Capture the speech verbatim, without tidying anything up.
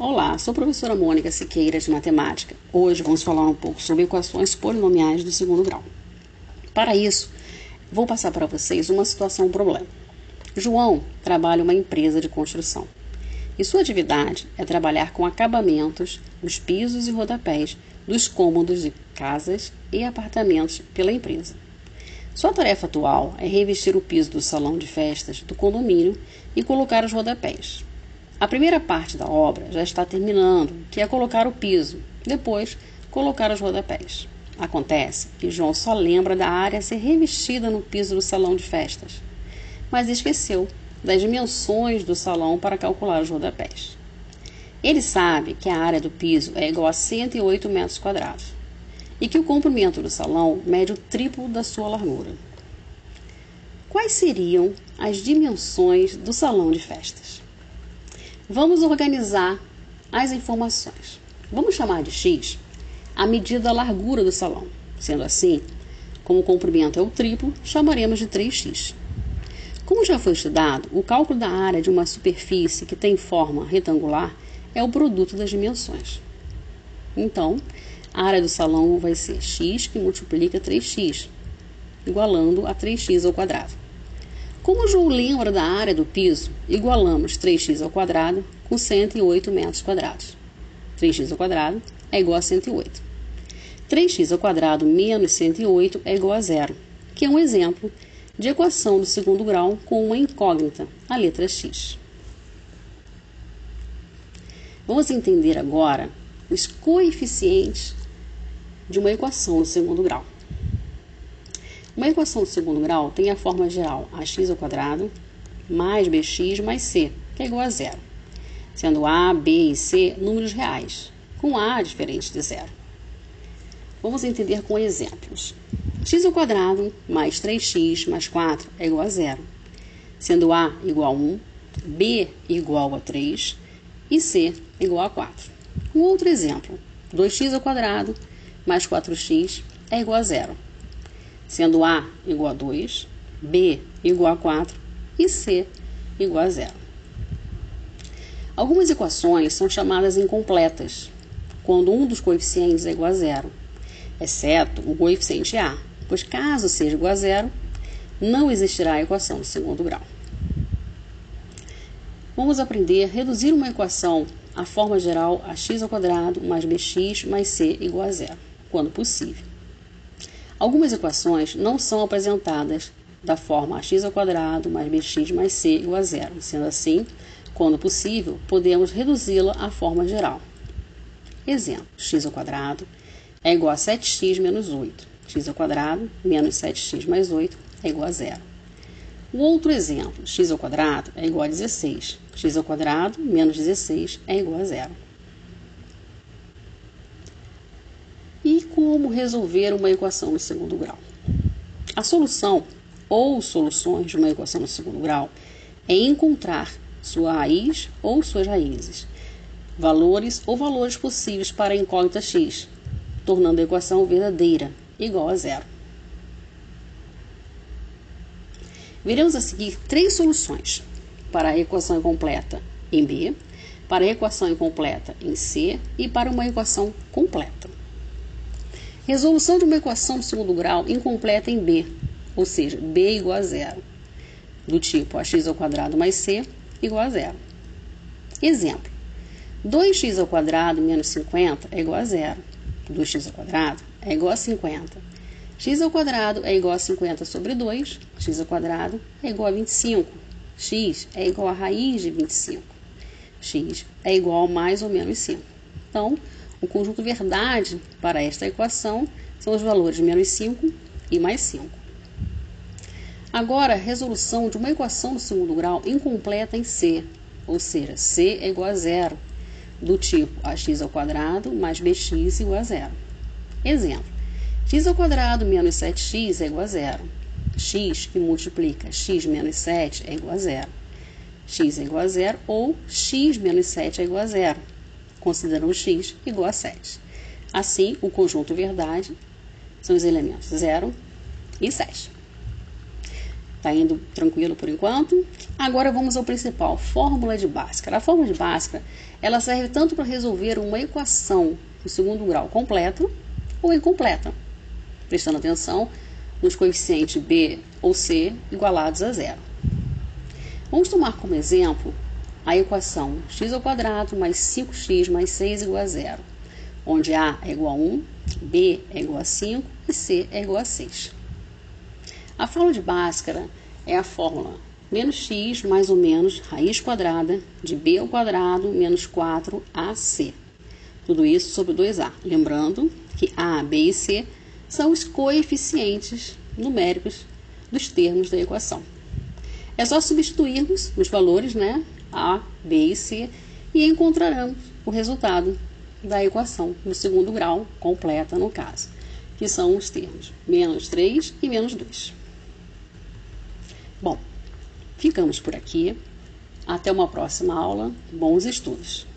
Olá, sou a professora Mônica Siqueira de Matemática. Hoje vamos falar um pouco sobre equações polinomiais do segundo grau. Para isso, vou passar para vocês uma situação, um problema. João trabalha em uma empresa de construção e sua atividade é trabalhar com acabamentos dos pisos e rodapés dos cômodos de casas e apartamentos pela empresa. Sua tarefa atual é revestir o piso do salão de festas do condomínio e colocar os rodapés. A primeira parte da obra já está terminando, que é colocar o piso, depois colocar os rodapés. Acontece que João só lembra da área a ser revestida no piso do salão de festas, mas esqueceu das dimensões do salão para calcular os rodapés. Ele sabe que a área do piso é igual a cento e oito metros quadrados e que o comprimento do salão mede o triplo da sua largura. Quais seriam as dimensões do salão de festas? Vamos organizar as informações. Vamos chamar de x a medida da largura do salão. Sendo assim, como o comprimento é o triplo, chamaremos de três x. Como já foi estudado, o cálculo da área de uma superfície que tem forma retangular é o produto das dimensões. Então, a área do salão vai ser x que multiplica três x, igualando a três x ao quadrado. Como o João lembra da área do piso, igualamos três x ao quadrado com cento e oito metros quadrados. três x ao quadrado é igual a cento e oito. três x ao quadrado menos cento e oito é igual a zero, que é um exemplo de equação do segundo grau com uma incógnita, a letra x. Vamos entender agora os coeficientes de uma equação do segundo grau. Uma equação do segundo grau tem a forma geral ax ao quadrado mais bx mais c, que é igual a zero, sendo a, b e c números reais, com a diferente de zero. Vamos entender com exemplos. X ao quadrado mais três x mais quatro é igual a zero, sendo a igual a um, b igual a três e c igual a quatro. Um outro exemplo, dois x ao quadrado mais quatro x é igual a zero, sendo a igual a dois, b igual a quatro e c igual a zero. Algumas equações são chamadas incompletas, quando um dos coeficientes é igual a zero, exceto o coeficiente a, pois caso seja igual a zero, não existirá a equação do segundo grau. Vamos aprender a reduzir uma equação à forma geral ax ao quadrado mais bx mais c igual a zero, quando possível. Algumas equações não são apresentadas da forma ax ao quadrado mais bx mais c igual a zero. Sendo assim, quando possível, podemos reduzi-la à forma geral. Exemplo, x ao quadrado é igual a sete x menos oito. X ao quadrado menos sete x mais oito é igual a zero. O outro exemplo, x ao quadrado é igual a dezesseis. X ao quadrado menos dezesseis é igual a zero. E como resolver uma equação no segundo grau? A solução ou soluções de uma equação no segundo grau é encontrar sua raiz ou suas raízes, valores ou valores possíveis para a incógnita x, tornando a equação verdadeira, igual a zero. Veremos a seguir três soluções para a equação incompleta em B, para a equação incompleta em C e para uma equação completa. Resolução de uma equação do segundo grau incompleta em B, ou seja, B igual a zero, do tipo ax ao quadrado mais c igual a zero. Exemplo, dois x ao quadrado menos cinquenta é igual a zero. dois x ao quadrado é igual a cinquenta. X ao quadrado é igual a cinquenta sobre dois, x ao quadrado é igual a vinte e cinco. X é igual a raiz de vinte e cinco. X é igual a mais ou menos cinco. Então, o conjunto verdade para esta equação são os valores menos cinco e mais cinco. Agora, resolução de uma equação do segundo grau incompleta em C, ou seja, C é igual a zero, do tipo ax ao quadrado mais bx igual a zero. Exemplo, x ao quadrado menos sete x é igual a zero. X que multiplica x menos sete é igual a zero. X é igual a zero ou x menos sete é igual a zero. Consideramos x igual a sete. Assim, o conjunto verdade são os elementos zero e sete. Tá indo tranquilo por enquanto? Agora vamos ao principal, fórmula de Bhaskara. A fórmula de Bhaskara, ela serve tanto para resolver uma equação do segundo grau completa ou incompleta, prestando atenção nos coeficientes B ou C igualados a zero. Vamos tomar como exemplo a equação x ao quadrado mais cinco x mais seis igual a zero, onde A é igual a um, B é igual a cinco e C é igual a seis. A fórmula de Bhaskara é a fórmula menos x mais ou menos raiz quadrada de b ao quadrado menos quatro a c. Tudo isso sobre dois a. Lembrando que A, B e C são os coeficientes numéricos dos termos da equação. É só substituirmos os valores, né, A, B e C, e encontraremos o resultado da equação do segundo grau completa, no caso, que são os termos menos três e menos dois. Bom, ficamos por aqui. Até uma próxima aula. Bons estudos!